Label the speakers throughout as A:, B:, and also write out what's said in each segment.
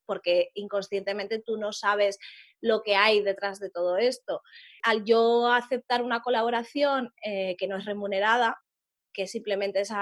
A: porque inconscientemente tú no sabes lo que hay detrás de todo esto. Al yo aceptar una colaboración que no es remunerada, que simplemente es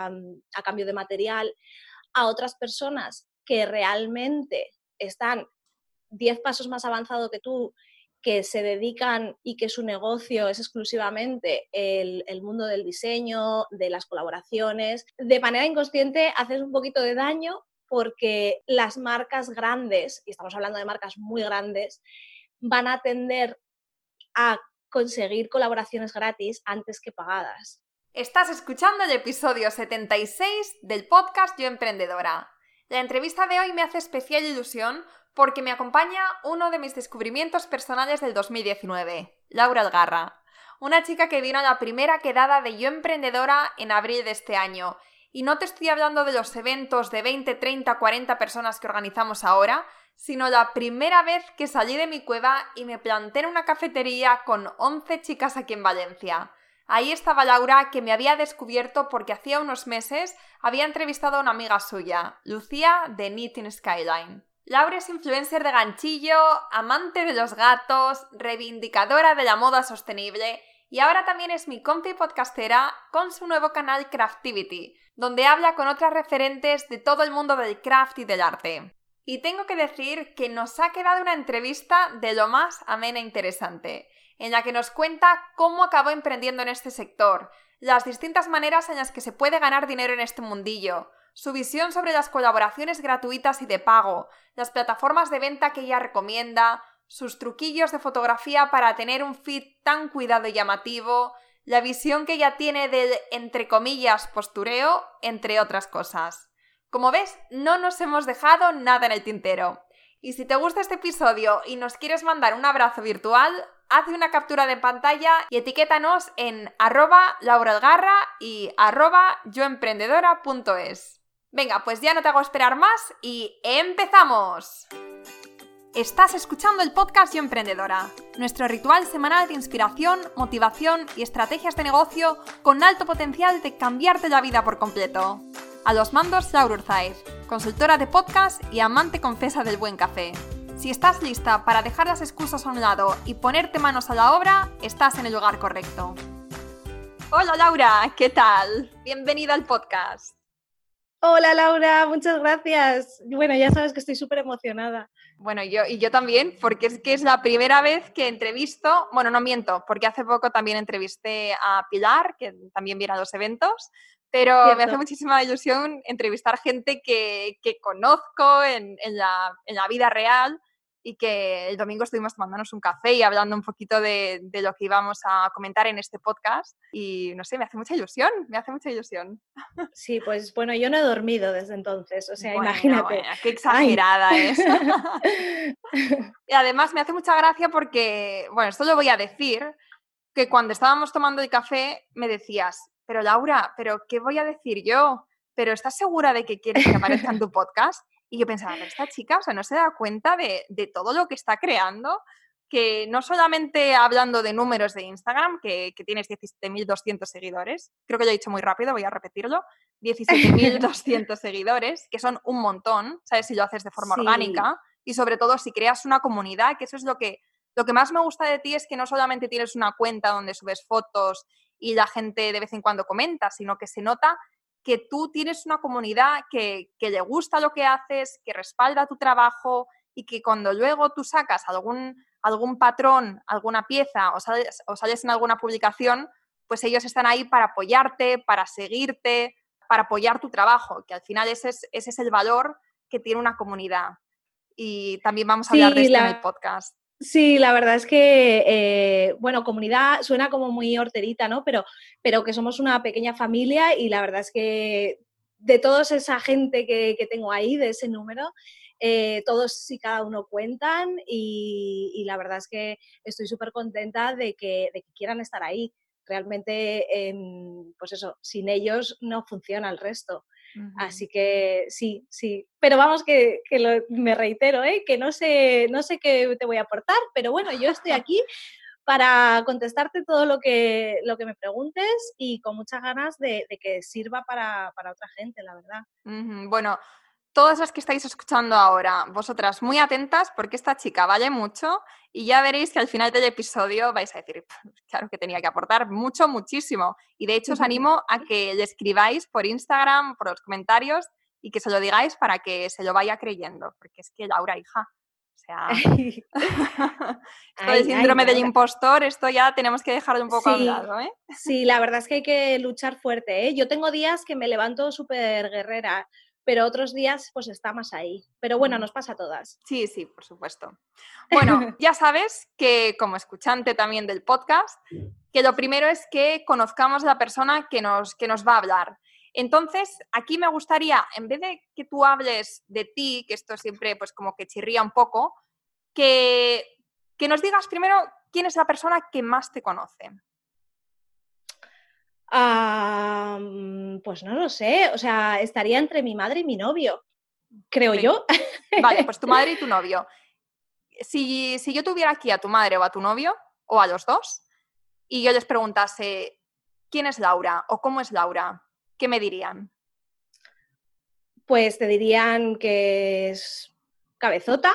A: a cambio de material, a otras personas que realmente están 10 pasos más avanzado que tú, que se dedican y que su negocio es exclusivamente el mundo del diseño, de las colaboraciones, de manera inconsciente haces un poquito de daño porque las marcas grandes, y estamos hablando de marcas muy grandes, van a tender a conseguir colaboraciones gratis antes que pagadas.
B: Estás escuchando el episodio 76 del podcast Yo Emprendedora. La entrevista de hoy me hace especial ilusión porque me acompaña uno de mis descubrimientos personales del 2019, Laura Algarra, una chica que vino a la primera quedada de Yo Emprendedora en abril de este año. Y no te estoy hablando de los eventos de 20, 30, 40 personas que organizamos ahora, sino la primera vez que salí de mi cueva y me planté en una cafetería con 11 chicas aquí en Valencia. Ahí estaba Laura, que me había descubierto porque hacía unos meses había entrevistado a una amiga suya, Lucía de Knitting Skyline. Laura es influencer de ganchillo, amante de los gatos, reivindicadora de la moda sostenible y ahora también es mi compi podcastera con su nuevo canal Craftivity, donde habla con otras referentes de todo el mundo del craft y del arte. Y tengo que decir que nos ha quedado una entrevista de lo más amena e interesante, en la que nos cuenta cómo acabó emprendiendo en este sector, las distintas maneras en las que se puede ganar dinero en este mundillo, su visión sobre las colaboraciones gratuitas y de pago, las plataformas de venta que ella recomienda, sus truquillos de fotografía para tener un feed tan cuidado y llamativo, la visión que ella tiene del, entre comillas, postureo, entre otras cosas. Como ves, no nos hemos dejado nada en el tintero. Y si te gusta este episodio y nos quieres mandar un abrazo virtual, haz una captura de pantalla y etiquétanos en @lauraalgarra y @yoemprendedora.es. Venga, pues ya no te hago esperar más y ¡empezamos! Estás escuchando el podcast Yo Emprendedora, nuestro ritual semanal de inspiración, motivación y estrategias de negocio con alto potencial de cambiarte la vida por completo. A los mandos, Laura Urzaiz, consultora de podcast y amante confesa del buen café. Si estás lista para dejar las excusas a un lado y ponerte manos a la obra, estás en el lugar correcto. Hola Laura, ¿qué tal? Bienvenida al podcast.
A: Hola Laura, muchas gracias. Bueno, ya sabes que estoy súper emocionada.
B: Bueno, yo también, porque es que es la primera vez que entrevisto, bueno, no miento, porque hace poco también entrevisté a Pilar, que también viene a los eventos, pero
A: Cierto.
B: me hace muchísima ilusión entrevistar gente que conozco en la vida real y que el domingo estuvimos tomándonos un café y hablando un poquito de lo que íbamos a comentar en este podcast y no sé, me hace mucha ilusión.
A: Sí, pues bueno, yo no he dormido desde entonces, o sea,
B: Bueno,
A: imagínate.
B: qué exagerada
A: Ay.
B: es. Y además me hace mucha gracia porque, bueno, esto lo voy a decir, que cuando estábamos tomando el café me decías, pero Laura, ¿pero qué voy a decir yo? ¿Pero estás segura de que quieres que aparezca en tu podcast? Y yo pensaba, pero esta chica, o sea, no se da cuenta de todo lo que está creando, que no solamente hablando de números de Instagram, que tienes 17.200 seguidores, creo que lo he dicho muy rápido, voy a repetirlo, 17.200 seguidores, que son un montón, ¿sabes? Si lo haces de forma orgánica y sobre todo si creas una comunidad, que eso es lo que más me gusta de ti es que no solamente tienes una cuenta donde subes fotos y la gente de vez en cuando comenta, sino que se nota que tú tienes una comunidad que le gusta lo que haces, que respalda tu trabajo y que cuando luego tú sacas algún patrón, alguna pieza o sales en alguna publicación, pues ellos están ahí para apoyarte, para seguirte, para apoyar tu trabajo, que al final ese es el valor que tiene una comunidad. Y también vamos a hablar de esto en el podcast.
A: Sí, la verdad es que, bueno, comunidad suena como muy horterita, ¿no? Pero que somos una pequeña familia y la verdad es que de toda esa gente que tengo ahí, de ese número, todos y cada uno cuentan y la verdad es que estoy súper contenta de que quieran estar ahí. Realmente, pues eso, sin ellos no funciona el resto.
B: Uh-huh.
A: Así que sí. Pero vamos me reitero, que no sé qué te voy a aportar, pero bueno, yo estoy aquí para contestarte todo lo que me preguntes y con muchas ganas de que sirva para otra gente, la verdad.
B: Uh-huh. Bueno, todas las que estáis escuchando ahora, vosotras muy atentas porque esta chica vale mucho y ya veréis que al final del episodio vais a decir, claro que tenía que aportar mucho, muchísimo. Y de hecho os animo a que le escribáis por Instagram, por los comentarios y que se lo digáis para que se lo vaya creyendo, porque es que Laura, hija, o sea, esto del síndrome del impostor, esto ya tenemos que dejarlo un poco a un lado, ¿eh?
A: Sí, la verdad es que hay que luchar fuerte, ¿eh? Yo tengo días que me levanto súper guerrera, pero otros días pues está más ahí. Pero bueno, nos pasa a todas.
B: Sí, sí, por supuesto. Bueno, ya sabes que como escuchante también del podcast, que lo primero es que conozcamos a la persona que nos va a hablar. Entonces, aquí me gustaría, en vez de que tú hables de ti, que esto siempre pues como que chirría un poco, que nos digas primero quién es la persona que más te conoce.
A: Pues no lo sé, o sea, estaría entre mi madre y mi novio, creo yo.
B: Vale, pues tu madre y tu novio. Si yo tuviera aquí a tu madre o a tu novio, o a los dos, y yo les preguntase ¿quién es Laura? O ¿cómo es Laura? ¿Qué me dirían?
A: Pues te dirían que es cabezota,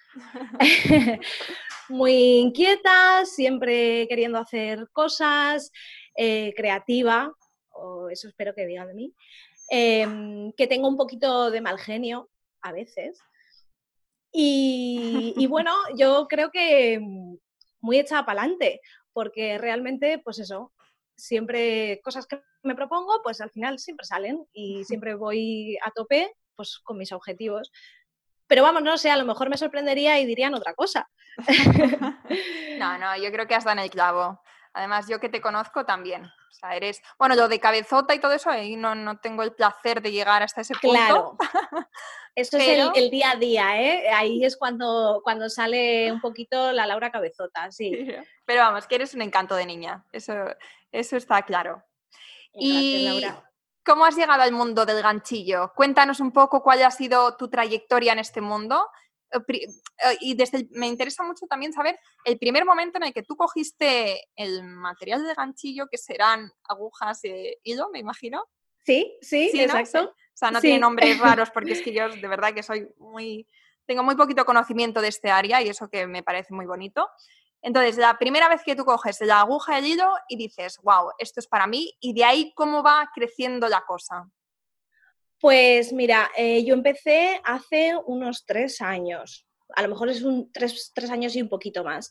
A: muy inquieta, siempre queriendo hacer cosas, creativa, o eso espero que digan de mí, que tengo un poquito de mal genio a veces. Y bueno, yo creo que muy echada para adelante, porque realmente, pues eso, siempre cosas que me propongo, pues al final siempre salen y siempre voy a tope pues con mis objetivos. Pero vamos, no sé, a lo mejor me sorprendería y dirían otra cosa.
B: No, yo creo que has dado en el clavo. Además, yo que te conozco también. O sea, eres... Bueno, lo de cabezota y todo eso, ahí no tengo el placer de llegar hasta ese punto.
A: Claro. Eso es el día a día, ¿eh? Ahí es cuando sale un poquito la Laura cabezota, sí.
B: Pero vamos, que eres un encanto de niña. Eso está claro.
A: Gracias, Laura.
B: ¿Cómo has llegado al mundo del ganchillo? Cuéntanos un poco cuál ha sido tu trayectoria en este mundo. Y me interesa mucho también saber el primer momento en el que tú cogiste el material de ganchillo, que serán agujas e hilo, me imagino.
A: Sí, exacto.
B: ¿No? Sí. O sea, no tiene nombres raros porque es que yo de verdad que tengo muy poquito conocimiento de este área y eso que me parece muy bonito. Entonces, la primera vez que tú coges la aguja y el hilo y dices, wow, esto es para mí, y de ahí cómo va creciendo la cosa.
A: Pues mira, yo empecé hace unos 3 años, a lo mejor es 3 años y un poquito más.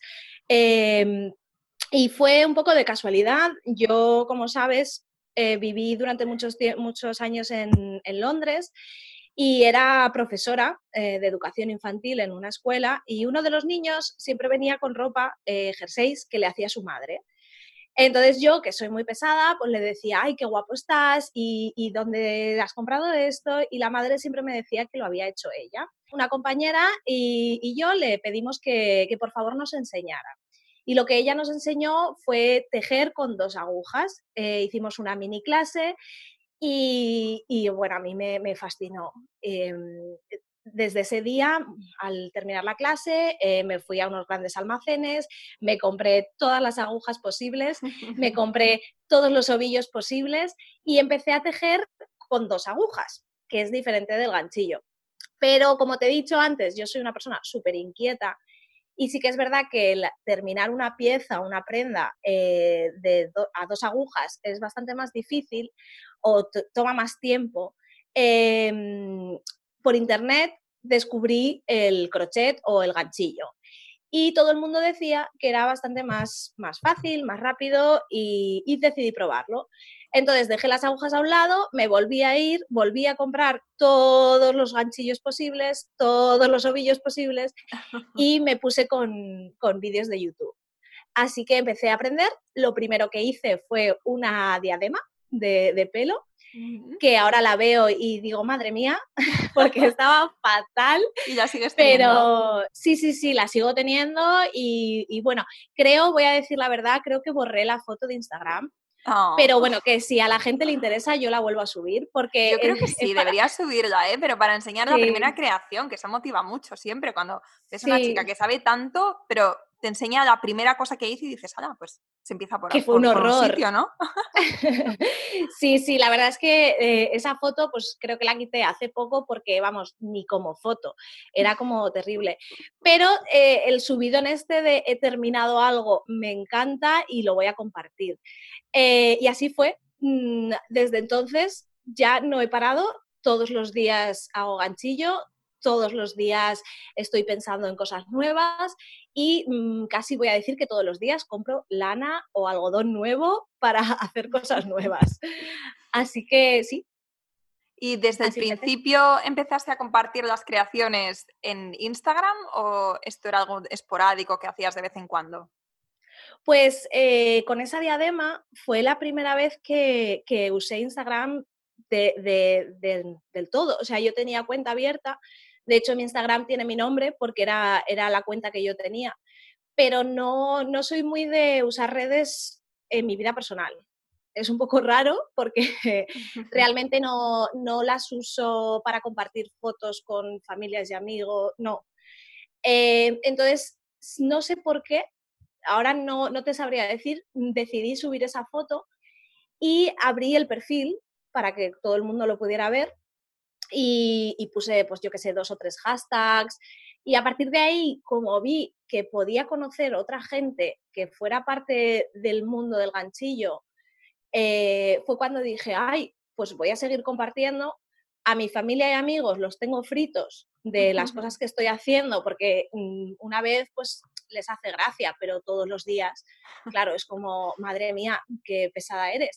A: Y fue un poco de casualidad. Yo, como sabes, viví durante muchos años en Londres y era profesora de educación infantil en una escuela y uno de los niños siempre venía con ropa, jerseys que le hacía su madre. Entonces yo, que soy muy pesada, pues le decía, ay, qué guapo estás, y dónde has comprado esto, y la madre siempre me decía que lo había hecho ella. Una compañera y yo le pedimos que por favor nos enseñara. Y lo que ella nos enseñó fue tejer con 2 agujas. Hicimos una mini clase y bueno, a mí me fascinó. Desde ese día, al terminar la clase, me fui a unos grandes almacenes, me compré todas las agujas posibles, me compré todos los ovillos posibles y empecé a tejer con 2 agujas, que es diferente del ganchillo. Pero como te he dicho antes, yo soy una persona súper inquieta y sí que es verdad que terminar una pieza, una prenda a 2 agujas es bastante más difícil o toma más tiempo. Por internet descubrí el crochet o el ganchillo y todo el mundo decía que era bastante más fácil, más rápido y decidí probarlo. Entonces dejé las agujas a un lado, me volví a ir, volví a comprar todos los ganchillos posibles, todos los ovillos posibles y me puse con vídeos de YouTube. Así que empecé a aprender. Lo primero que hice fue una diadema de pelo, que ahora la veo y digo, madre mía, porque estaba fatal.
B: Y la sigues teniendo.
A: Pero sí, la sigo teniendo y bueno, voy a decir la verdad, creo que borré la foto de Instagram. Oh. Pero bueno, que si a la gente le interesa, yo la vuelvo a subir, porque...
B: Yo creo que sí, deberías subirla, pero para enseñar la primera creación, que eso motiva mucho siempre, cuando es una chica que sabe tanto, pero te enseña la primera cosa que hice y dices, ¡hala! Pues se empieza
A: Que fue un
B: por un
A: horror.
B: sitio, ¿no?
A: Sí, la verdad es que esa foto pues creo que la quité hace poco porque, vamos, ni como foto, era como terrible. Pero el subidón este de he terminado algo me encanta y lo voy a compartir. Y así fue. Desde entonces ya no he parado, todos los días hago ganchillo, todos los días estoy pensando en cosas nuevas y casi voy a decir que todos los días compro lana o algodón nuevo para hacer cosas nuevas. Así que sí.
B: ¿Y desde el
A: Así empecé.
B: principio empezaste a compartir las creaciones en Instagram o esto era algo esporádico que hacías de vez en cuando?
A: Pues con esa diadema fue la primera vez que usé Instagram del todo. O sea, yo tenía cuenta abierta. De hecho, mi Instagram tiene mi nombre porque era la cuenta que yo tenía. Pero no soy muy de usar redes en mi vida personal. Es un poco raro porque realmente no las uso para compartir fotos con familias y amigos, no. Entonces, no sé por qué, ahora no te sabría decir, decidí subir esa foto y abrí el perfil para que todo el mundo lo pudiera ver y puse, pues yo qué sé, 2 o 3 hashtags. Y a partir de ahí, como vi que podía conocer otra gente que fuera parte del mundo del ganchillo, fue cuando dije, ay, pues voy a seguir compartiendo. A mi familia y amigos los tengo fritos de las cosas que estoy haciendo, porque una vez pues les hace gracia, pero todos los días, claro, es como, madre mía, qué pesada eres.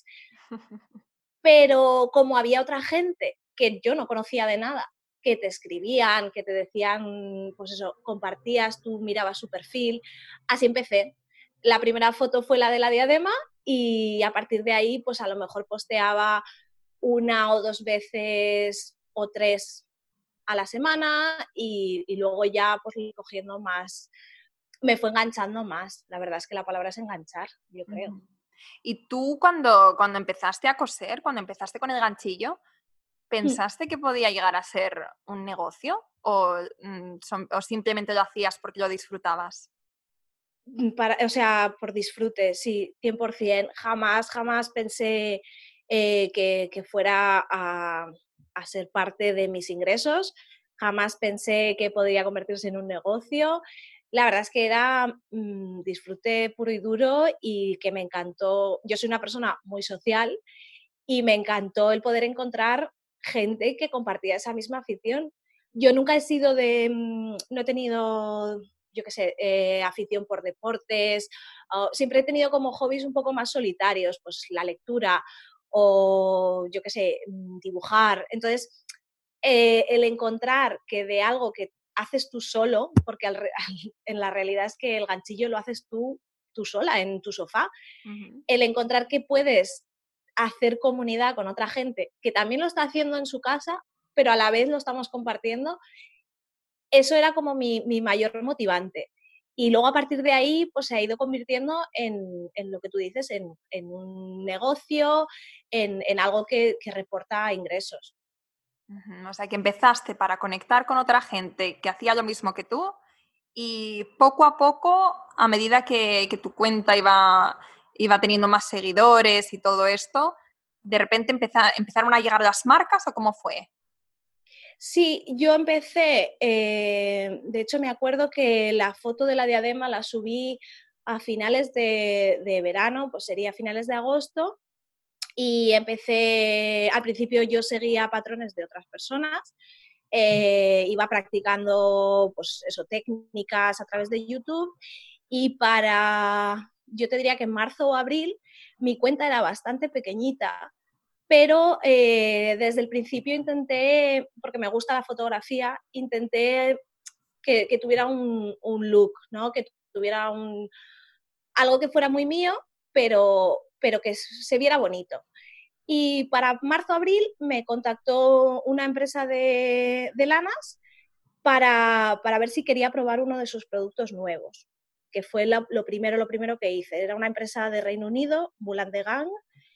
A: Pero como había otra gente que yo no conocía de nada, que te escribían, que te decían, pues eso, compartías, tú mirabas su perfil, así empecé. La primera foto fue la de la diadema y a partir de ahí, pues a lo mejor posteaba 1 o 2 veces o 3 a la semana y luego ya pues cogiendo más, me fue enganchando más. La verdad es que la palabra es enganchar, yo creo.
B: ¿Y tú cuando empezaste a coser, cuando empezaste con el ganchillo,
A: Mm.
B: pensaste que podía llegar a ser un negocio o simplemente lo hacías porque lo disfrutabas?
A: O sea, por disfrute, sí, 100%. Jamás pensé que fuera a ser parte de mis ingresos, jamás pensé que podría convertirse en un negocio. La verdad es que era disfrute puro y duro y que me encantó. Yo soy una persona muy social y me encantó el poder encontrar gente que compartía esa misma afición. Yo nunca he sido no he tenido, yo qué sé, afición por deportes, siempre he tenido como hobbies un poco más solitarios, pues la lectura o, yo qué sé, dibujar. Entonces, el encontrar que de algo que haces tú solo, porque en la realidad es que el ganchillo lo haces tú sola en tu sofá, el encontrar que puedes hacer comunidad con otra gente que también lo está haciendo en su casa, pero a la vez lo estamos compartiendo, eso era como mi mayor motivante. Y luego a partir de ahí, pues se ha ido convirtiendo en lo que tú dices, en un negocio, en algo que reporta ingresos.
B: O sea, que empezaste para conectar con otra gente que hacía lo mismo que tú y poco a poco, a medida que tu cuenta iba teniendo más seguidores y todo esto, ¿de repente empezaron a llegar las marcas o cómo fue?
A: Sí, yo empecé, de hecho me acuerdo que la foto de la diadema la subí a finales de verano, pues sería finales de agosto, y empecé, al principio yo seguía patrones de otras personas, iba practicando pues eso, técnicas a través de YouTube y yo te diría que en marzo o abril mi cuenta era bastante pequeñita, pero desde el principio intenté, porque me gusta la fotografía, intenté que tuviera un look, ¿no? Que tuviera algo que fuera muy mío, pero que se viera bonito. Y para marzo-abril me contactó una empresa de lanas para ver si quería probar uno de sus productos nuevos, que fue lo primero que hice. Era una empresa de Reino Unido, Moulin de Gang,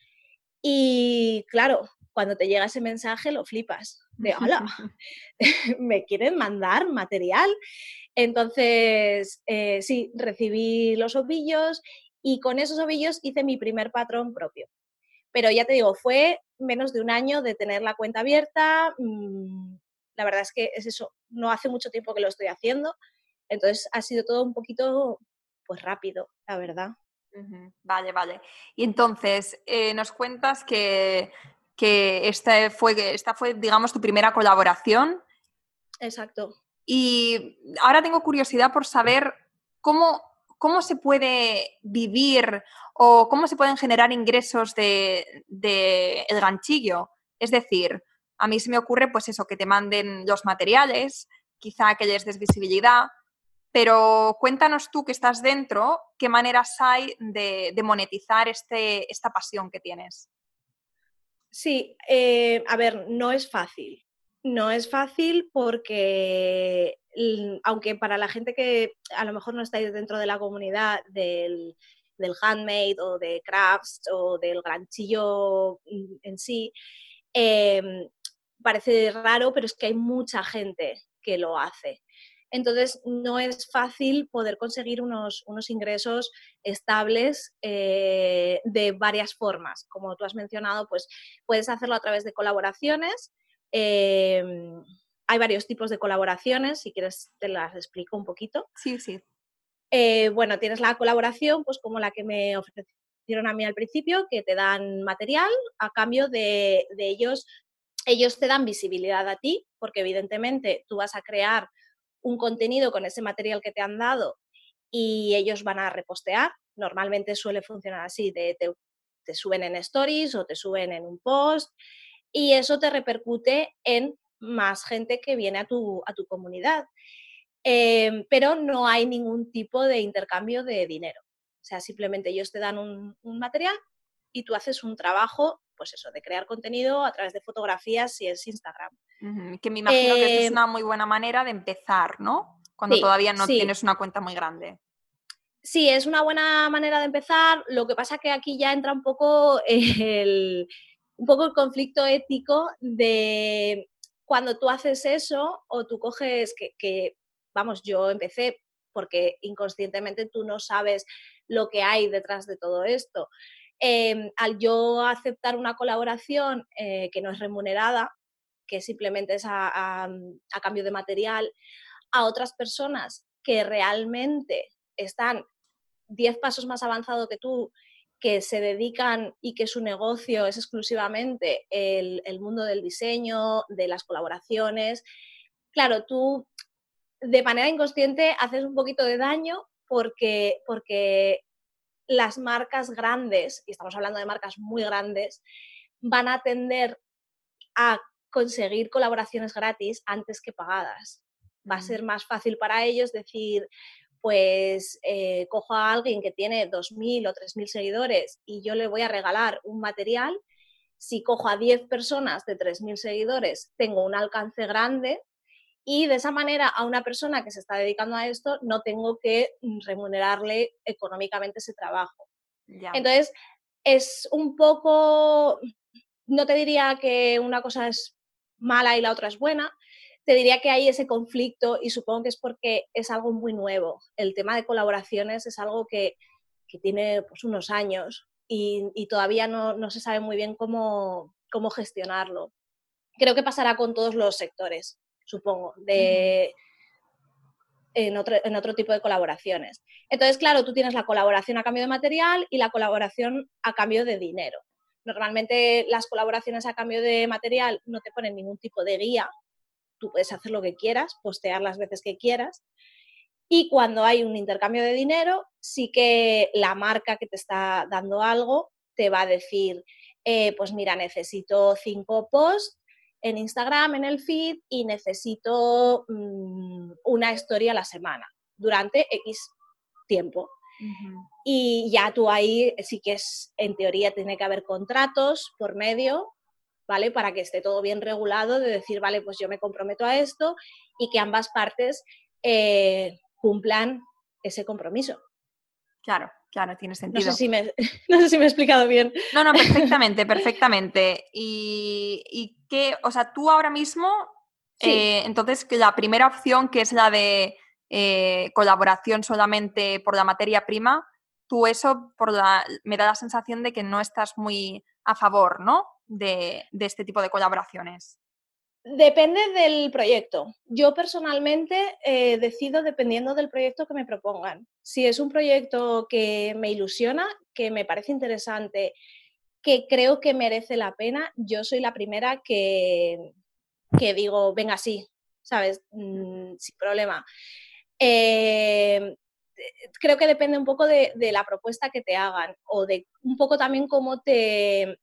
A: y claro, cuando te llega ese mensaje lo flipas, de hola, me quieren mandar material. Entonces, sí, recibí los ovillos y con esos ovillos hice mi primer patrón propio. Pero ya te digo, fue menos de un año de tener la cuenta abierta. La verdad es que es eso, no hace mucho tiempo que lo estoy haciendo, entonces ha sido todo un poquito, pues rápido, la verdad.
B: Vale, vale. Y entonces, nos cuentas que esta fue, digamos, tu primera colaboración.
A: Exacto.
B: Y ahora tengo curiosidad por saber cómo se puede vivir o cómo se pueden generar ingresos de el ganchillo. Es decir, a mí se me ocurre, pues eso, que te manden los materiales, quizá que les des visibilidad, pero cuéntanos tú que estás dentro, qué maneras hay de monetizar esta pasión que tienes.
A: Sí, a ver, no es fácil. No es fácil porque, aunque para la gente que a lo mejor no estáis dentro de la comunidad del handmade o de crafts o del granchillo en sí, eh, parece raro, pero es que hay mucha gente que lo hace. Entonces, no es fácil poder conseguir unos ingresos estables de varias formas. Como tú has mencionado, pues puedes hacerlo a través de colaboraciones. Hay varios tipos de colaboraciones, si quieres te las explico un poquito.
B: Sí, sí.
A: Bueno, tienes la colaboración, pues como la que me ofrecieron a mí al principio, que te dan material a cambio de ellos te dan visibilidad a ti, porque evidentemente tú vas a crear un contenido con ese material que te han dado y ellos van a repostear. Normalmente suele funcionar así, te suben en stories o te suben en un post y eso te repercute en más gente que viene a tu comunidad. Pero no hay ningún tipo de intercambio de dinero. O sea, simplemente ellos te dan un material y tú haces un trabajo, pues eso, de crear contenido a través de fotografías si es Instagram.
B: Que me imagino que esto es una muy buena manera de empezar, ¿no? Cuando
A: Sí,
B: todavía no
A: sí.
B: tienes una cuenta muy grande.
A: Sí, es una buena manera de empezar. Lo que pasa que aquí ya entra un poco el conflicto ético de cuando tú haces eso o tú coges vamos, yo empecé porque inconscientemente tú no sabes lo que hay detrás de todo esto. Al yo aceptar una colaboración que no es remunerada, que simplemente es a cambio de material, a otras personas que realmente están 10 pasos más avanzado que tú, que se dedican y que su negocio es exclusivamente el mundo del diseño, de las colaboraciones. Claro, tú de manera inconsciente haces un poquito de daño porque las marcas grandes, y estamos hablando de marcas muy grandes, van a tender a conseguir colaboraciones gratis antes que pagadas. Va a ser más fácil para ellos decir, pues cojo a alguien que tiene 2.000 o 3.000 seguidores y yo le voy a regalar un material. Si cojo a 10 personas de 3.000 seguidores, tengo un alcance grande y de esa manera a una persona que se está dedicando a esto no tengo que remunerarle económicamente ese trabajo.
B: Ya.
A: Entonces, es un poco, no te diría que una cosa es mala y la otra es buena, te diría que hay ese conflicto y supongo que es porque es algo muy nuevo. El tema de colaboraciones es algo que tiene pues, unos años y todavía no se sabe muy bien cómo gestionarlo. Creo que pasará con todos los sectores, supongo, en otro tipo de colaboraciones. Entonces, claro, tú tienes la colaboración a cambio de material y la colaboración a cambio de dinero. Normalmente las colaboraciones a cambio de material no te ponen ningún tipo de guía, tú puedes hacer lo que quieras, postear las veces que quieras. Y cuando hay un intercambio de dinero, sí que la marca que te está dando algo te va a decir, pues mira, necesito 5 posts en Instagram, en el feed, y necesito una historia a la semana durante X tiempo. Y ya tú ahí sí que en teoría tiene que haber contratos por medio, ¿vale? Para que esté todo bien regulado, de decir, vale, pues yo me comprometo a esto y que ambas partes cumplan ese compromiso.
B: Claro, tiene
A: No sé
B: sentido.
A: si me, no sé si me he explicado bien.
B: No, perfectamente, perfectamente. Y qué, o sea, tú ahora mismo,
A: Sí.
B: entonces, que la primera opción, que es la de colaboración solamente por la materia prima, tú eso me da la sensación de que no estás muy a favor, ¿no? De este tipo de colaboraciones.
A: Depende del proyecto. Yo personalmente decido dependiendo del proyecto que me propongan. Si es un proyecto que me ilusiona, que me parece interesante, que creo que merece la pena, yo soy la primera que digo, venga, sí, ¿sabes? Sin problema. Creo que depende un poco de la propuesta que te hagan o de un poco también cómo te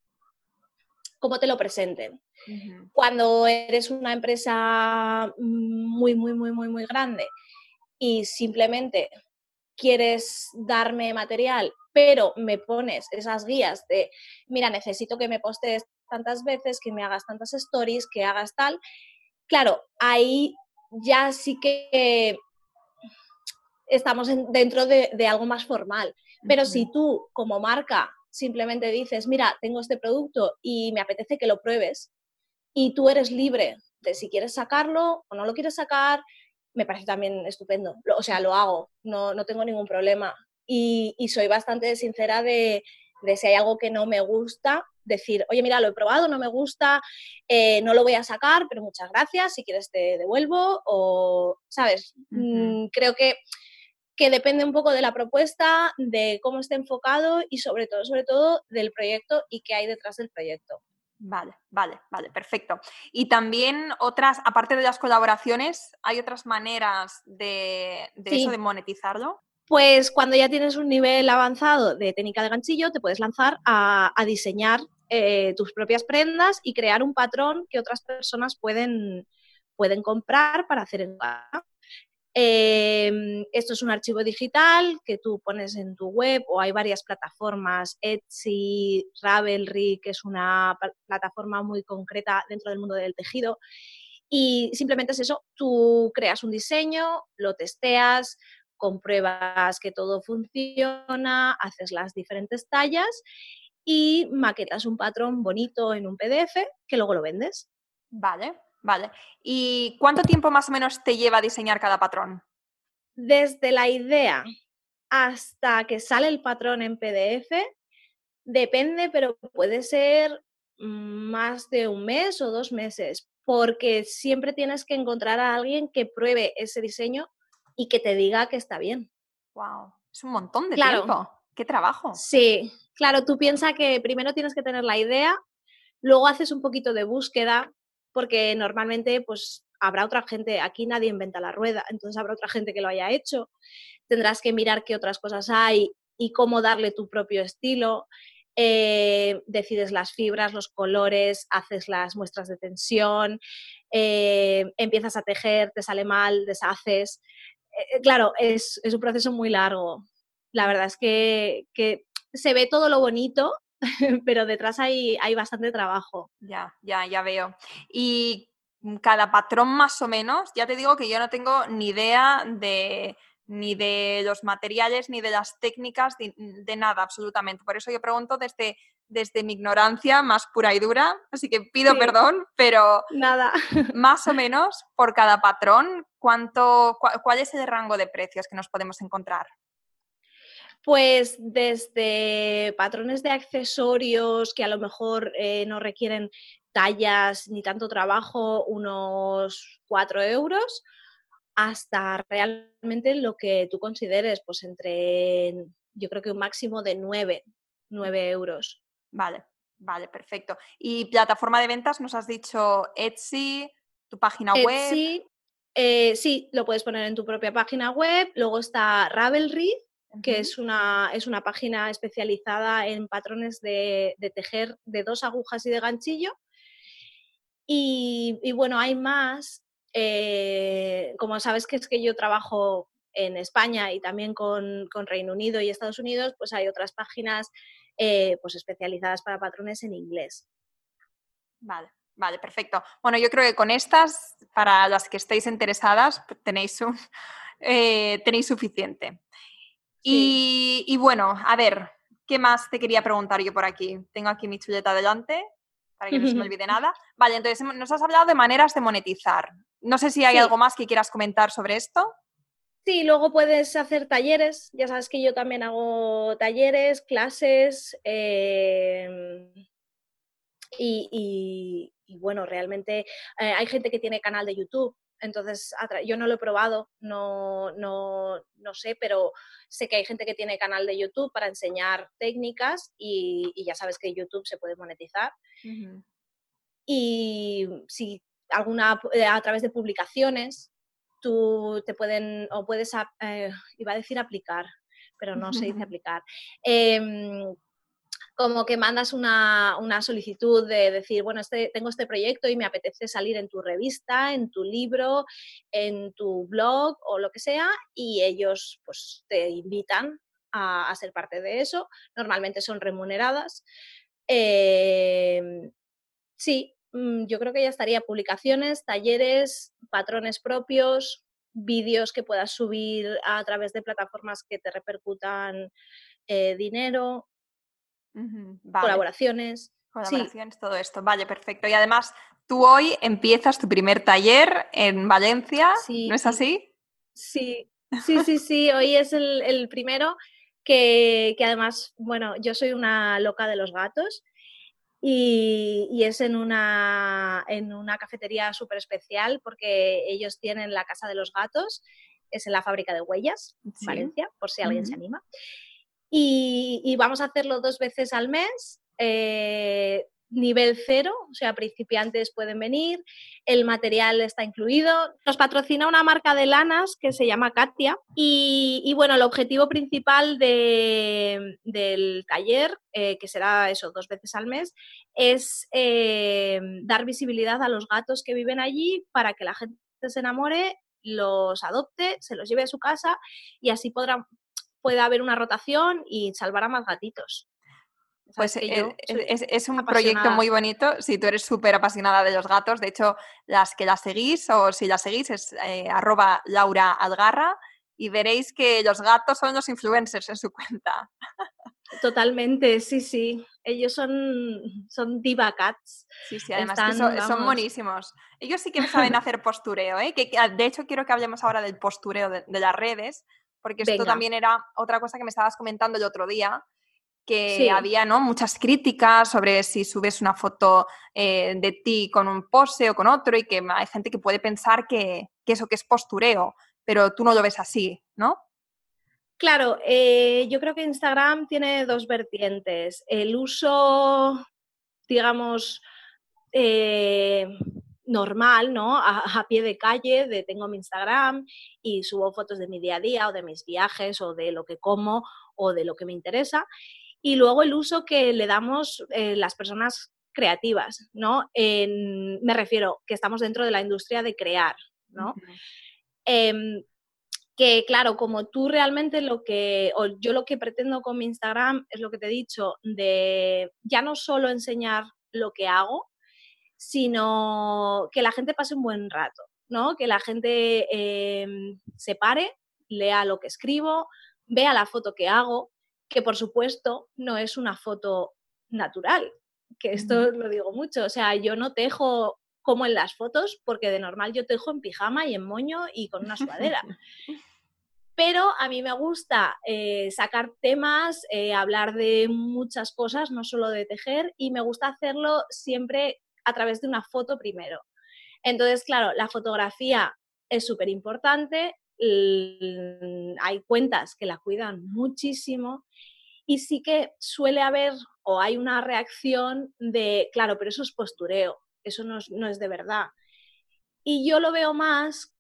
A: lo presenten.
B: Uh-huh.
A: Cuando eres una empresa muy, muy, muy, muy, muy grande y simplemente quieres darme material, pero me pones esas guías de, mira, necesito que me postees tantas veces, que me hagas tantas stories, que hagas tal, claro, ahí ya sí que estamos dentro de algo más formal. Pero si tú, como marca, simplemente dices, mira, tengo este producto y me apetece que lo pruebes, y tú eres libre de si quieres sacarlo o no lo quieres sacar, me parece también estupendo. O sea, lo hago, no tengo ningún problema. Y soy bastante sincera de si hay algo que no me gusta, decir, oye, mira, lo he probado, no me gusta, no lo voy a sacar, pero muchas gracias, si quieres te devuelvo, o, ¿sabes? Creo que depende un poco de la propuesta, de cómo esté enfocado y sobre todo del proyecto y qué hay detrás del proyecto.
B: Vale, perfecto. Y también otras, aparte de las colaboraciones, ¿hay otras maneras de
A: Sí.
B: eso, de monetizarlo?
A: Pues cuando ya tienes un nivel avanzado de técnica de ganchillo, te puedes lanzar a diseñar tus propias prendas y crear un patrón que otras personas pueden comprar para hacer en casa. Esto es un archivo digital que tú pones en tu web, o hay varias plataformas, Etsy, Ravelry, que es una plataforma muy concreta dentro del mundo del tejido, y simplemente es eso, tú creas un diseño, lo testeas, compruebas que todo funciona, haces las diferentes tallas y maquetas un patrón bonito en un PDF que luego lo vendes.
B: Vale. ¿Y cuánto tiempo más o menos te lleva a diseñar cada patrón?
A: Desde la idea hasta que sale el patrón en PDF, depende, pero puede ser más de un mes o 2 meses, porque siempre tienes que encontrar a alguien que pruebe ese diseño y que te diga que está bien.
B: Wow, es un montón de
A: Claro,
B: tiempo. ¡Qué trabajo!
A: sí, claro, tú piensas que primero tienes que tener la idea, luego haces un poquito de búsqueda, porque normalmente pues habrá otra gente, aquí nadie inventa la rueda, entonces habrá otra gente que lo haya hecho, tendrás que mirar qué otras cosas hay y cómo darle tu propio estilo, decides las fibras, los colores, haces las muestras de tensión, empiezas a tejer, te sale mal, deshaces. Claro, es un proceso muy largo. La verdad es que se ve todo lo bonito, pero detrás hay bastante trabajo.
B: Ya veo. Y cada patrón más o menos, ya te digo que yo no tengo ni idea ni de los materiales, ni de las técnicas, de nada, absolutamente. Por eso yo pregunto desde mi ignorancia más pura y dura, así que pido
A: Sí,
B: perdón, pero
A: nada.
B: más o menos por cada patrón, ¿cuál es el rango de precios que nos podemos encontrar?
A: Pues desde patrones de accesorios que a lo mejor no requieren tallas ni tanto trabajo, unos 4 euros, hasta realmente lo que tú consideres, pues yo creo que un máximo de 9 euros.
B: Vale, perfecto. ¿Y plataforma de ventas? Nos has dicho Etsy, tu página web.
A: Etsy, sí, lo puedes poner en tu propia página web. Luego está Ravelry, que es una página especializada en patrones de tejer de 2 agujas y de ganchillo. Y bueno, hay más. Como sabes que es que yo trabajo en España y también con Reino Unido y Estados Unidos, pues hay otras páginas pues especializadas para patrones en inglés.
B: Vale, perfecto. Bueno, yo creo que con estas, para las que estéis interesadas, tenéis suficiente.
A: Sí.
B: Y bueno, a ver, ¿qué más te quería preguntar yo por aquí? Tengo aquí mi chuleta delante, para que no se me olvide nada. Vale, entonces nos has hablado de maneras de monetizar. No sé si hay
A: Sí.
B: algo más que quieras comentar sobre esto.
A: Sí, luego puedes hacer talleres, ya sabes que yo también hago talleres, clases, y bueno, realmente hay gente que tiene canal de YouTube, entonces yo no lo he probado, no sé, pero sé que hay gente que tiene canal de YouTube para enseñar técnicas y ya sabes que YouTube se puede monetizar.
B: Uh-huh.
A: Y si a través de publicaciones, tú te pueden, o puedes, iba a decir aplicar, pero no se dice aplicar, como que mandas una solicitud de decir, bueno, tengo este proyecto y me apetece salir en tu revista, en tu libro, en tu blog o lo que sea, y ellos pues te invitan a ser parte de eso. Normalmente son remuneradas. Sí, yo creo que ya estaría. Publicaciones, talleres, patrones propios, vídeos que puedas subir a través de plataformas que te repercutan dinero,
B: Vale,
A: colaboraciones. Sí,
B: colaboraciones, todo esto. Vale, perfecto. Y además, tú hoy empiezas tu primer taller en Valencia, ¿no
A: sí,
B: es así?
A: sí. Hoy es el primero que además, bueno, yo soy una loca de los gatos. Y es en una cafetería súper especial porque ellos tienen la Casa de los Gatos, es en la Fábrica de Huellas,
B: Sí.
A: Valencia, por si alguien se
B: Uh-huh.
A: anima. Y vamos a hacerlo 2 veces al mes, nivel 0, o sea, principiantes pueden venir, el material está incluido. Nos patrocina una marca de lanas que se llama Katia y bueno, el objetivo principal del taller, que será eso 2 veces al mes, es dar visibilidad a los gatos que viven allí para que la gente se enamore, los adopte, se los lleve a su casa y así pueda haber una rotación y salvar a más gatitos. Sabes
B: Pues
A: que yo soy
B: es un proyecto
A: apasionada.
B: muy bonito. Si tú eres súper apasionada de los gatos, de hecho, las que las seguís o si las seguís es @LauraAlgarra y veréis que los gatos son los influencers en su cuenta.
A: Totalmente, sí. Ellos son diva cats.
B: Sí, sí, además que
A: Están,
B: son
A: vamos.
B: monísimos. Ellos sí que saben hacer postureo, ¿eh? De hecho quiero que hablemos ahora del postureo de las redes, porque esto
A: Venga,
B: también era otra cosa que me estabas comentando el otro día, que
A: sí.
B: había, ¿no?, muchas críticas sobre si subes una foto de ti con un pose o con otro y que hay gente que puede pensar que eso que es postureo, pero tú no lo ves así, ¿no?
A: Claro, yo creo que Instagram tiene 2 vertientes. El uso, digamos, eh, normal, ¿no? A pie de calle, tengo mi Instagram y subo fotos de mi día a día o de mis viajes o de lo que como o de lo que me interesa. Y luego el uso que le damos las personas creativas, ¿no? Me refiero que estamos dentro de la industria de crear, ¿no?
B: Uh-huh.
A: Eh, que claro, como tú realmente yo lo que pretendo con mi Instagram es lo que te he dicho, de ya no solo enseñar lo que hago, sino que la gente pase un buen rato, ¿no? Que la gente se pare, lea lo que escribo, vea la foto que hago, que por supuesto no es una foto natural, que
B: Uh-huh.
A: esto lo digo mucho, o sea, yo no tejo como en las fotos, porque de normal yo tejo en pijama y en moño y con una sudadera. Pero a mí me gusta sacar temas, hablar de muchas cosas, no solo de tejer, y me gusta hacerlo siempre a través de una foto primero. Entonces, claro, la fotografía es súper importante, hay cuentas que la cuidan muchísimo y sí que suele haber o hay una reacción de, claro, pero eso es postureo, eso no es de verdad. Y yo lo veo más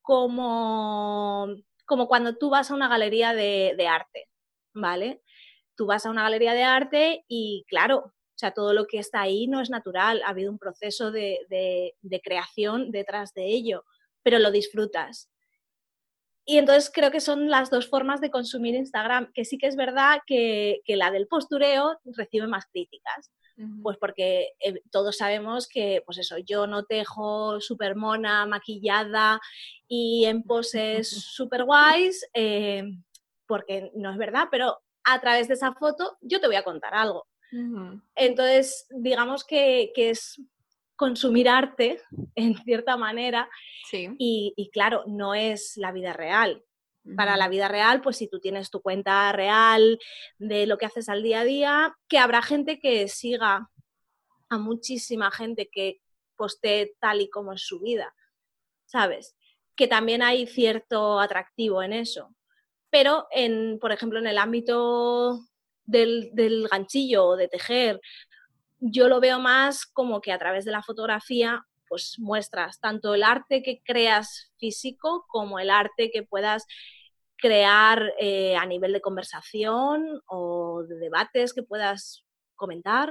A: como cuando tú vas a una galería de arte, ¿vale? Tú vas a una galería de arte y claro, o sea, todo lo que está ahí no es natural, ha habido un proceso de creación detrás de ello, pero lo disfrutas. Y entonces creo que son las 2 formas de consumir Instagram, que sí que es verdad que la del postureo recibe más críticas,
B: Uh-huh.
A: pues porque todos sabemos que, pues eso, yo no tejo súper mona, maquillada y en poses súper guays, porque no es verdad, pero a través de esa foto yo te voy a contar algo.
B: Uh-huh.
A: Entonces, digamos que es consumir arte, en cierta manera,
B: Sí.
A: y claro, no es la vida real. Para la vida real, pues si tú tienes tu cuenta real de lo que haces al día a día, que habrá gente que siga a muchísima gente que postee tal y como es su vida, ¿sabes? Que también hay cierto atractivo en eso. Pero, por ejemplo, en el ámbito del ganchillo o de tejer, yo lo veo más como que a través de la fotografía pues muestras tanto el arte que creas físico como el arte que puedas crear a nivel de conversación o de debates que puedas comentar.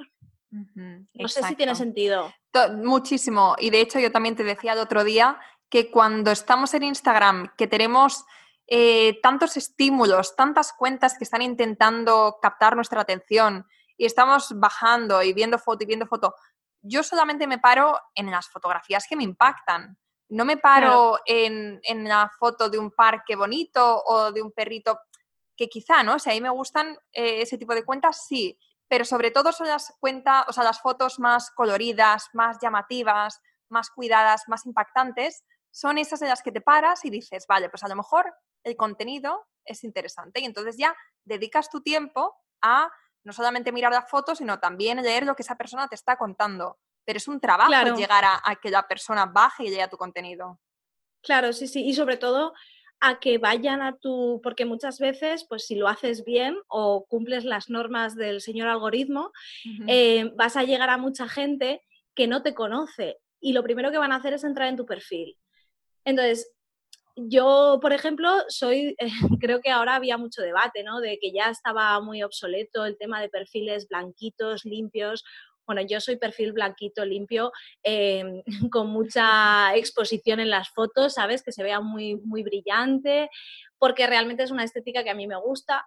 A: No sé si tiene
B: Exacto.
A: sentido.
B: Muchísimo. Y de hecho yo también te decía el otro día que cuando estamos en Instagram, que tenemos tantos estímulos, tantas cuentas que están intentando captar nuestra atención y estamos bajando y viendo foto, yo solamente me paro en las fotografías que me impactan. No me paro
A: Claro.
B: en la foto de un parque bonito o de un perrito, que quizá, ¿no? Si a mí me gustan ese tipo de cuentas, sí, pero sobre todo son las cuentas, o sea, las fotos más coloridas, más llamativas, más cuidadas, más impactantes, son esas en las que te paras y dices, vale, pues a lo mejor el contenido es interesante y entonces ya dedicas tu tiempo a no solamente mirar la foto, sino también leer lo que esa persona te está contando. Pero es un trabajo el
A: Claro,
B: llegar a que la persona baje y lea tu contenido.
A: claro, sí, sí. Y sobre todo a que vayan a tu, porque muchas veces, pues si lo haces bien o cumples las normas del señor algoritmo,
B: Uh-huh.
A: vas a llegar a mucha gente que no te conoce y lo primero que van a hacer es entrar en tu perfil. Entonces, yo, por ejemplo, creo que ahora había mucho debate, ¿no? De que ya estaba muy obsoleto el tema de perfiles blanquitos, limpios. Bueno, yo soy perfil blanquito, limpio, con mucha exposición en las fotos, ¿sabes? Que se vea muy, muy brillante, porque realmente es una estética que a mí me gusta,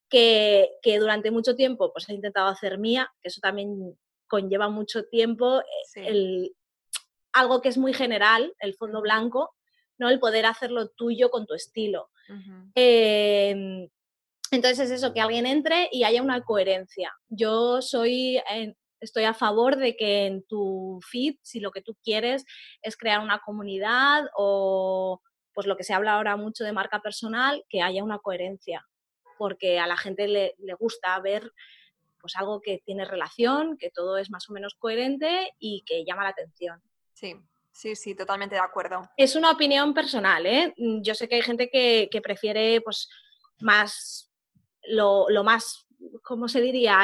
A: que durante mucho tiempo pues he intentado hacer mía, que eso también conlleva mucho tiempo,
B: Sí.
A: el, algo que es muy general, el fondo blanco, ¿no? El poder hacerlo tuyo con tu estilo.
B: Uh-huh.
A: Entonces es eso, que alguien entre y haya una coherencia. Estoy a favor de que en tu feed, si lo que tú quieres es crear una comunidad o pues lo que se habla ahora mucho de marca personal, que haya una coherencia, porque a la gente le gusta ver pues algo que tiene relación, que todo es más o menos coherente y que llama la atención.
B: Sí, sí, sí, totalmente de acuerdo.
A: Es una opinión personal, ¿eh? Yo sé que hay gente que prefiere pues más lo más, ¿cómo se diría?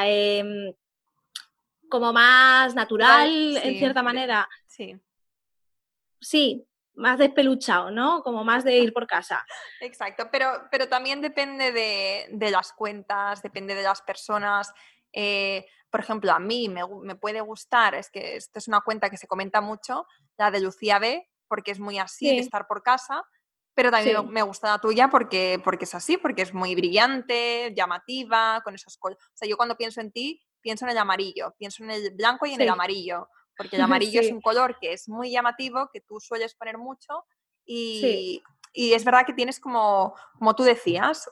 A: Como más natural, en
B: Sí,
A: cierta manera.
B: sí.
A: Sí, más despeluchado, ¿no? Como más de ir por casa.
B: Exacto, pero también depende de las cuentas, depende de las personas. Por ejemplo, a mí me puede gustar, es que esto es una cuenta que se comenta mucho, la de Lucía B, porque es muy así, de
A: Sí,
B: estar por casa, pero también
A: sí,
B: me gusta la tuya porque es así, porque es muy brillante, llamativa, con esos colores. O sea, yo cuando pienso en ti, pienso en el amarillo, pienso en el blanco y en el
A: sí,
B: amarillo, porque el amarillo es
A: sí,
B: un color que es muy llamativo, que tú sueles poner mucho
A: sí.
B: y es verdad que tienes como tú decías,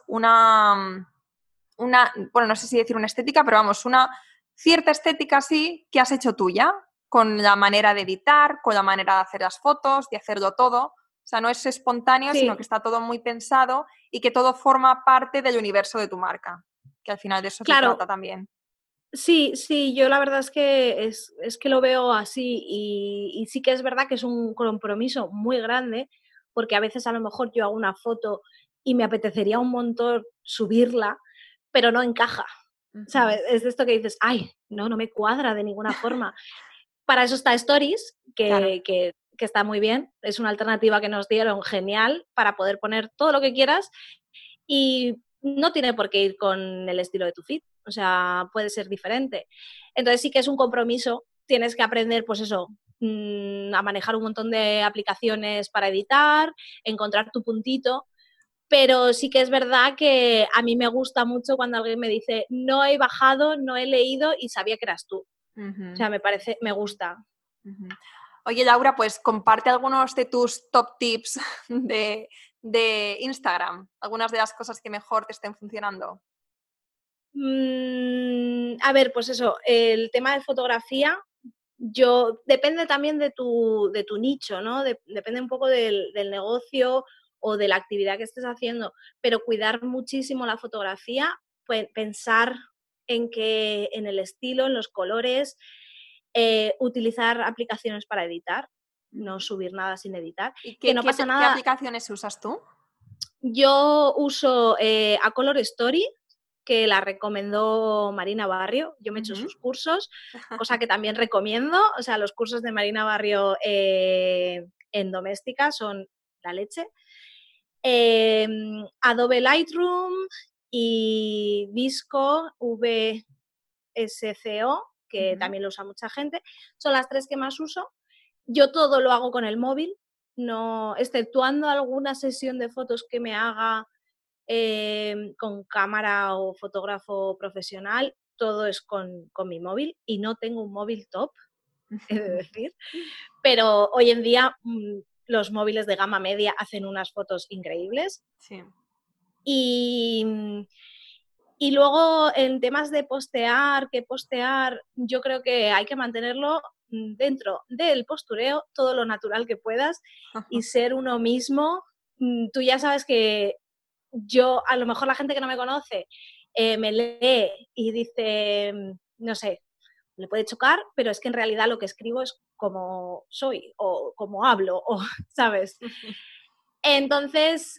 B: bueno, no sé si decir una estética, pero vamos, una cierta estética así que has hecho tuya, con la manera de editar, con la manera de hacer las fotos, de hacerlo todo. O sea, no es espontáneo, sino que
A: Sí,
B: está todo muy pensado y que todo forma parte del universo de tu marca, que al final de eso se trata
A: claro,
B: también.
A: sí, sí, yo la verdad es que lo veo así y sí que es verdad que es un compromiso muy grande, porque a veces a lo mejor yo hago una foto y me apetecería un montón subirla, pero no encaja,
B: Ujú.
A: ¿sabes? Es de esto que dices, ay, no, no me cuadra de ninguna forma. Para eso está Stories,
B: Claro.
A: que está muy bien, es una alternativa que nos dieron genial para poder poner todo lo que quieras y no tiene por qué ir con el estilo de tu feed, o sea, puede ser diferente. Entonces sí que es un compromiso, tienes que aprender, pues eso, a manejar un montón de aplicaciones para editar, encontrar tu puntito, pero sí que es verdad que a mí me gusta mucho cuando alguien me dice, no he bajado, no he leído y sabía que eras tú. O
B: Ujú.
A: sea, me gusta.
B: Ujú. Oye, Laura, pues comparte algunos de tus top tips de Instagram, algunas de las cosas que mejor te estén funcionando.
A: A ver, pues eso, el tema de fotografía, depende también de tu nicho, ¿no? Depende un poco del negocio o de la actividad que estés haciendo, pero cuidar muchísimo la fotografía, pues pensar en el estilo, en los colores, utilizar aplicaciones para editar, no subir nada sin editar,
B: ¿Y
A: que no pasa
B: qué
A: nada.
B: aplicaciones usas tú?
A: Yo uso A Color Story, que la recomendó Marina Barrio. Yo me he hecho sus cursos, cosa que también recomiendo. O sea, los cursos de Marina Barrio en doméstica son la leche. Adobe Lightroom y Visco VSCO, que también lo usa mucha gente. Son las 3 que más uso. Yo todo lo hago con el móvil, no, exceptuando alguna sesión de fotos que me haga con cámara o fotógrafo profesional, todo es con mi móvil y no tengo un móvil top, he de decir, pero hoy en día los móviles de gama media hacen unas fotos increíbles.
B: Sí.
A: Y luego en temas de postear, yo creo que hay que mantenerlo dentro del postureo, todo lo natural que puedas y ser uno mismo. Tú ya sabes que yo, a lo mejor la gente que no me conoce, me lee y dice, no sé, le puede chocar, pero es que en realidad lo que escribo es como soy o como hablo, o, ¿sabes? Entonces,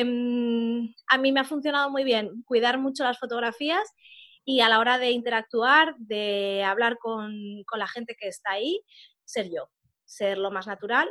A: a mí me ha funcionado muy bien cuidar mucho las fotografías y a la hora de interactuar, de hablar con la gente que está ahí, ser yo, ser lo más natural,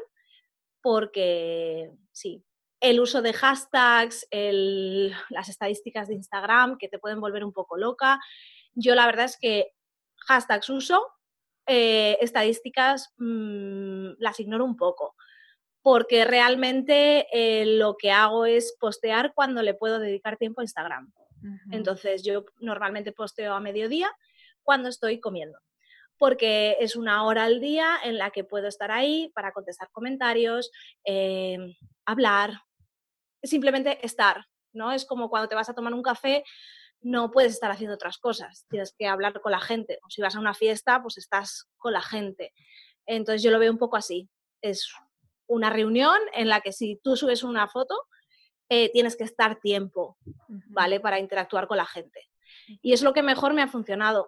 A: porque sí, el uso de hashtags, las estadísticas de Instagram que te pueden volver un poco loca. Yo la verdad es que hashtags uso, estadísticas las ignoro un poco, porque realmente lo que hago es postear cuando le puedo dedicar tiempo a Instagram. Entonces yo normalmente posteo a mediodía cuando estoy comiendo, porque es una hora al día en la que puedo estar ahí para contestar comentarios, hablar, simplemente estar, ¿no? Es como cuando te vas a tomar un café, no puedes estar haciendo otras cosas, tienes que hablar con la gente, o si vas a una fiesta, pues estás con la gente. Entonces yo lo veo un poco así, es una reunión en la que si tú subes una foto, tienes que estar tiempo, ¿vale? Para interactuar con la gente. Y es lo que mejor me ha funcionado,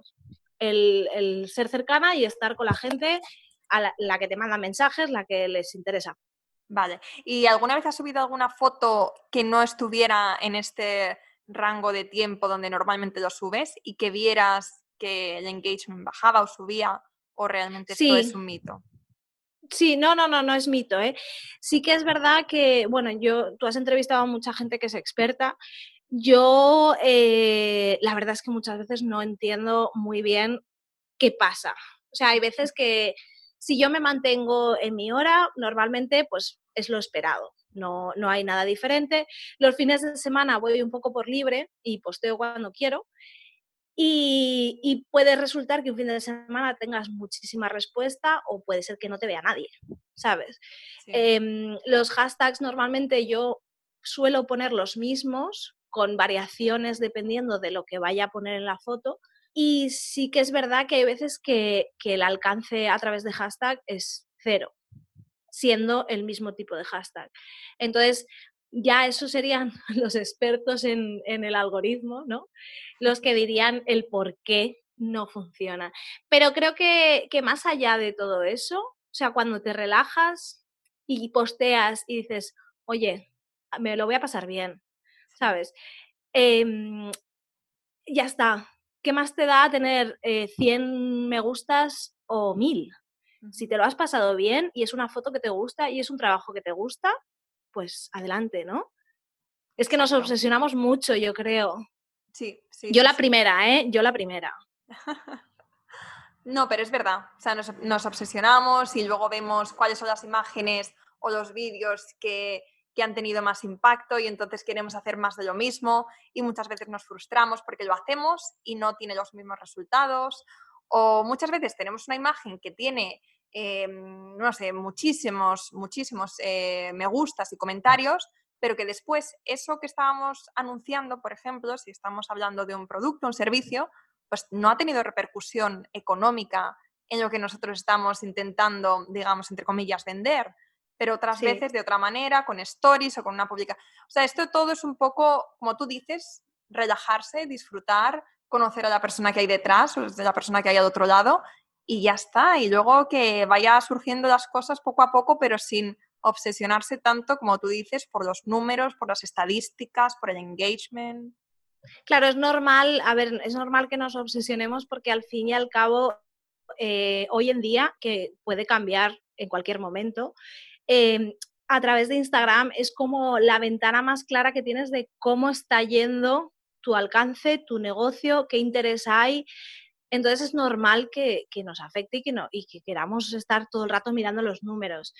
A: el ser cercana y estar con la gente, a la que te manda mensajes, la que les interesa.
B: Vale. ¿Y alguna vez has subido alguna foto que no estuviera en este rango de tiempo donde normalmente lo subes y que vieras que el engagement bajaba o subía o realmente esto es
A: Sí.
B: un mito?
A: Sí, no es mito, ¿eh? Sí que es verdad que, bueno, tú has entrevistado a mucha gente que es experta. Yo, la verdad es que muchas veces no entiendo muy bien qué pasa. O sea, hay veces que si yo me mantengo en mi hora, normalmente pues es lo esperado. No hay nada diferente. Los fines de semana voy un poco por libre y posteo cuando quiero. Y puede resultar que un fin de semana tengas muchísima respuesta o puede ser que no te vea nadie, ¿sabes?
B: Sí.
A: Los hashtags normalmente yo suelo poner los mismos con variaciones dependiendo de lo que vaya a poner en la foto. Y sí que es verdad que hay veces que el alcance a través de hashtag es 0, siendo el mismo tipo de hashtag. Entonces, ya eso serían los expertos en el algoritmo, ¿no? Los que dirían el por qué no funciona. Pero creo que más allá de todo eso, o sea, cuando te relajas y posteas y dices, oye, me lo voy a pasar bien, ¿sabes? Ya está. ¿Qué más te da tener 100 me gustas o 1000? Si te lo has pasado bien y es una foto que te gusta y es un trabajo que te gusta, pues adelante, ¿no? Es que nos
B: Exacto.
A: obsesionamos mucho, yo creo.
B: Sí.
A: Yo la primera, ¿eh? Yo la primera.
B: No, pero es verdad. O sea, nos obsesionamos y luego vemos cuáles son las imágenes o los vídeos que han tenido más impacto y entonces queremos hacer más de lo mismo y muchas veces nos frustramos porque lo hacemos y no tiene los mismos resultados. O muchas veces tenemos una imagen que tiene, no sé, muchísimos me gustas y comentarios, pero que después eso que estábamos anunciando, por ejemplo, si estamos hablando de un producto, un servicio, pues no ha tenido repercusión económica en lo que nosotros estamos intentando, digamos, entre comillas, vender. pero otras
A: Sí.
B: veces de otra manera, con stories o con una publicación. O sea, esto todo es un poco, como tú dices, relajarse, disfrutar, conocer a la persona que hay detrás o de la persona que hay al otro lado y ya está. Y luego que vaya surgiendo las cosas poco a poco, pero sin obsesionarse tanto, como tú dices, por los números, por las estadísticas, por el engagement.
A: Claro, es normal, a ver, es normal que nos obsesionemos porque al fin y al cabo, hoy en día, que puede cambiar en cualquier momento, a través de Instagram es como la ventana más clara que tienes de cómo está yendo tu alcance, tu negocio, qué interés hay. Entonces es normal que nos afecte y que queramos estar todo el rato mirando los números.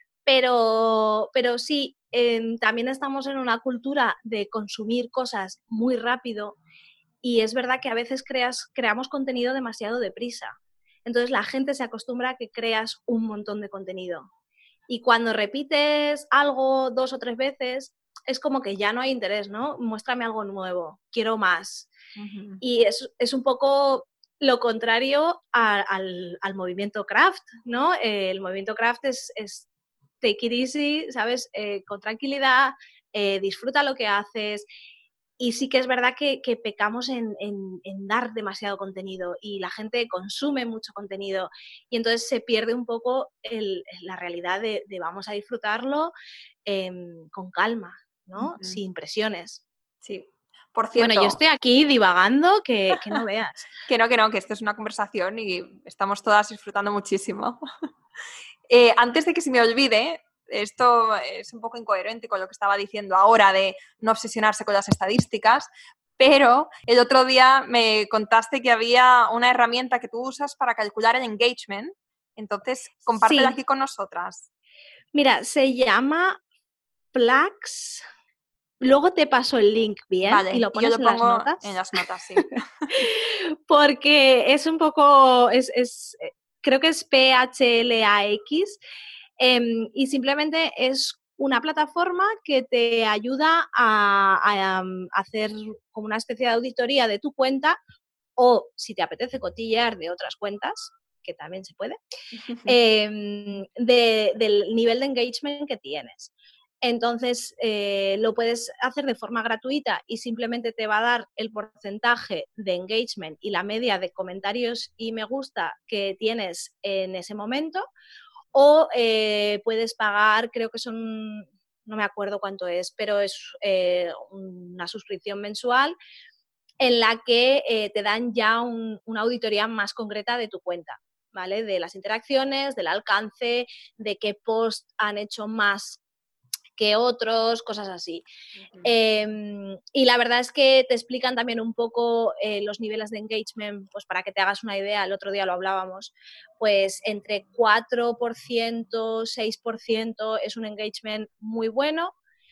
A: Pero sí, también estamos en una cultura de consumir cosas muy rápido y es verdad que a veces creamos contenido demasiado deprisa. Entonces la gente se acostumbra a que creas un montón de contenido. Y cuando repites algo 2 o 3 veces, es como que ya no hay interés, ¿no? Muéstrame algo nuevo, quiero más.
B: Uh-huh.
A: Y es un poco lo contrario al movimiento craft, ¿no? El movimiento craft es take it easy, ¿sabes? Con tranquilidad, disfruta lo que haces. Y sí que es verdad que pecamos en dar demasiado contenido y la gente consume mucho contenido y entonces se pierde un poco la realidad de vamos a disfrutarlo con calma, ¿no?
B: Uh-huh.
A: Sin presiones.
B: Sí. Por
A: Bueno, yo
B: cierto,
A: estoy aquí divagando que no veas.
B: que no, que esto es una conversación y estamos todas disfrutando muchísimo. Antes de que se me olvide, esto es un poco incoherente con lo que estaba diciendo ahora de no obsesionarse con las estadísticas, pero el otro día me contaste que había una herramienta que tú usas para calcular el engagement, entonces compártela
A: Sí,
B: aquí con nosotras.
A: mira, se llama Plax. Luego te paso el link bien y
B: Vale,
A: lo
B: y yo
A: pones
B: lo
A: en las
B: pongo en
A: notas.
B: las notas, sí.
A: Porque es un poco, creo que es PHLAX, y simplemente es una plataforma que te ayuda a hacer como una especie de auditoría de tu cuenta o si te apetece cotillear de otras cuentas, que también se puede, del nivel de engagement que tienes. Entonces, lo puedes hacer de forma gratuita y simplemente te va a dar el porcentaje de engagement y la media de comentarios y me gusta que tienes en ese momento. O puedes pagar, creo que son, no me acuerdo cuánto es, pero es una suscripción mensual en la que te dan ya una auditoría más concreta de tu cuenta, ¿vale? De las interacciones, del alcance, de qué post han hecho más que otros, cosas así. Y la verdad es que te explican también un poco los niveles de engagement, pues para que te hagas una idea, el otro día lo hablábamos, pues entre 4%, 6% es un engagement muy bueno.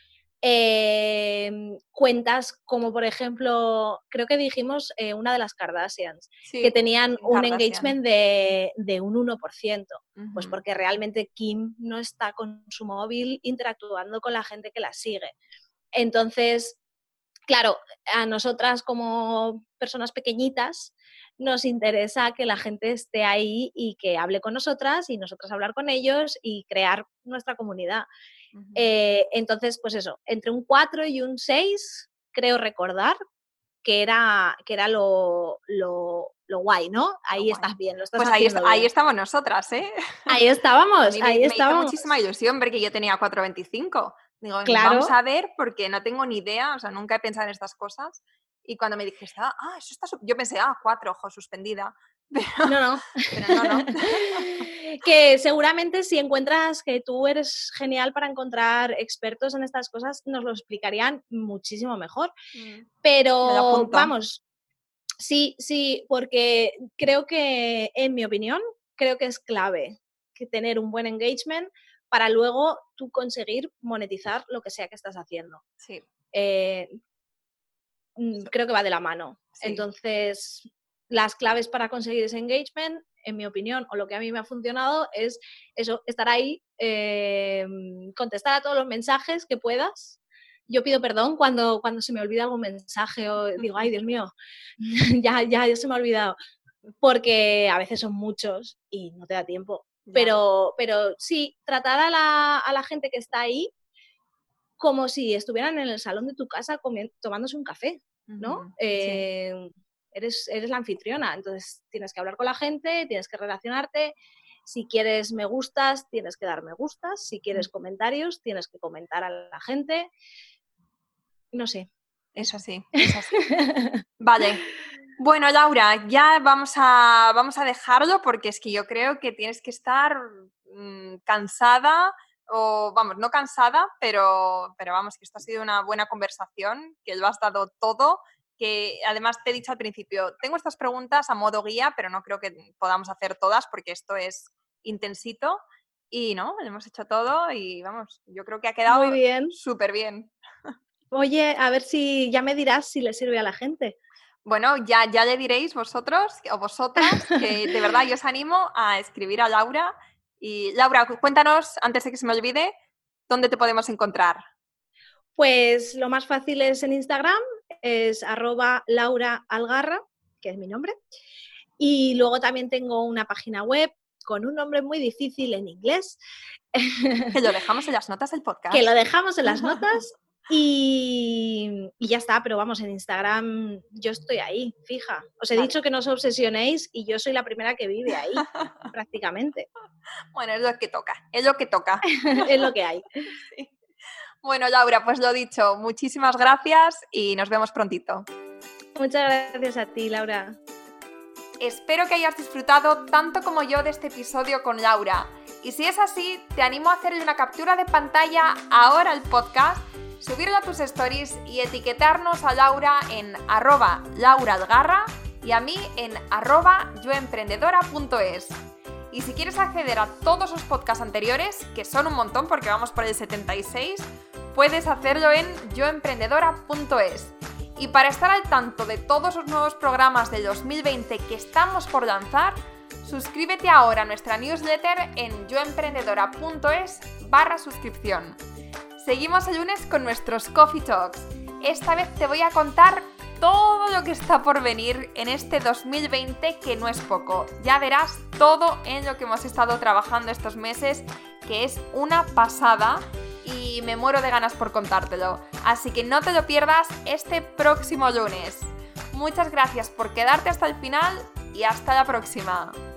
A: Cuentas como por ejemplo, creo que dijimos una de las Kardashians, que
B: Sí,
A: tenían
B: Kim
A: un
B: Kardashian.
A: engagement de un 1%, pues
B: Uh-huh.
A: porque realmente Kim no está con su móvil interactuando con la gente que la sigue. Entonces, claro, a nosotras como personas pequeñitas nos interesa que la gente esté ahí y que hable con nosotras y nosotras hablar con ellos y crear nuestra comunidad.
B: Uh-huh.
A: Entonces, pues eso, entre un 4 y un 6, creo recordar que era lo guay, ¿no?
B: Lo
A: Ahí
B: guay.
A: estás bien, lo estás
B: Pues
A: haciendo
B: ahí
A: bien.
B: estamos nosotras, ¿eh?
A: Ahí
B: A
A: estábamos,
B: mí
A: ahí
B: me hizo
A: estábamos.
B: muchísima ilusión ver que yo tenía 4,25. Digo, vamos
A: Claro,
B: a ver, porque no tengo ni idea, o sea, nunca he pensado en estas cosas. Y cuando me dijiste, eso está... Yo pensé, 4, ojo, suspendida.
A: no, no.
B: Pero no, no.
A: Que seguramente si encuentras que tú eres genial para encontrar expertos en estas cosas, nos lo explicarían muchísimo mejor.
B: Me lo
A: Pero
B: apunto.
A: vamos, sí, sí, porque creo que, en mi opinión, creo que es clave que tener un buen engagement para luego tú conseguir monetizar lo que sea que estás haciendo.
B: Sí,
A: Eh, creo que va de la mano.
B: sí.
A: Entonces, las claves para conseguir ese engagement, en mi opinión, o lo que a mí me ha funcionado, es eso, estar ahí, contestar a todos los mensajes que puedas. Yo pido perdón cuando se me olvida algún mensaje o digo, ay, Dios mío, ya se me ha olvidado, porque a veces son muchos y no te da tiempo. Pero sí, tratar a la gente que está ahí como si estuvieran en el salón de tu casa tomándose un café, ¿no? Eres la anfitriona, entonces tienes que hablar con la gente, tienes que relacionarte. Si quieres me gustas, tienes que dar me gustas. Si quieres comentarios, tienes que comentar a la gente. No sé.
B: Es así. Vale. Bueno, Laura, ya vamos a dejarlo porque es que yo creo que tienes que estar cansada o, vamos, no cansada, pero vamos, que esto ha sido una buena conversación, que lo has dado todo, que además te he dicho al principio, tengo estas preguntas a modo guía, pero no creo que podamos hacer todas porque esto es intensito y, ¿no? Lo hemos hecho todo y, vamos, yo creo que ha quedado súper bien.
A: Oye, a ver si ya me dirás si le sirve a la gente.
B: Bueno, ya le diréis vosotros o vosotras que de verdad yo os animo a escribir a Laura. Y Laura, cuéntanos, antes de que se me olvide, ¿dónde te podemos encontrar?
A: Pues lo más fácil es en Instagram, es @LauraAlgarra, que es mi nombre. Y luego también tengo una página web con un nombre muy difícil en inglés.
B: Que lo dejamos en las notas del podcast.
A: Que lo dejamos en las notas. Y ya está, pero vamos, en Instagram yo estoy ahí, fija. Os he dicho que no os obsesionéis y yo soy la primera que vive ahí, prácticamente.
B: Bueno, es lo que toca, es lo que toca.
A: Es lo que hay.
B: Sí. Bueno, Laura, pues lo dicho, muchísimas gracias y nos vemos prontito.
A: Muchas gracias a ti, Laura.
B: Espero que hayas disfrutado tanto como yo de este episodio con Laura. Y si es así, te animo a hacerle una captura de pantalla ahora al podcast, subirlo a tus stories y etiquetarnos a Laura en @LauraAlgarra y a mí en @yoemprendedora.es. Y si quieres acceder a todos los podcasts anteriores, que son un montón porque vamos por el 76, puedes hacerlo en yoemprendedora.es. Y para estar al tanto de todos los nuevos programas del 2020 que estamos por lanzar, suscríbete ahora a nuestra newsletter en yoemprendedora.es/suscripción. Seguimos el lunes con nuestros Coffee Talks. Esta vez te voy a contar todo lo que está por venir en este 2020, que no es poco. Ya verás todo en lo que hemos estado trabajando estos meses, que es una pasada y me muero de ganas por contártelo. Así que no te lo pierdas este próximo lunes. Muchas gracias por quedarte hasta el final y hasta la próxima.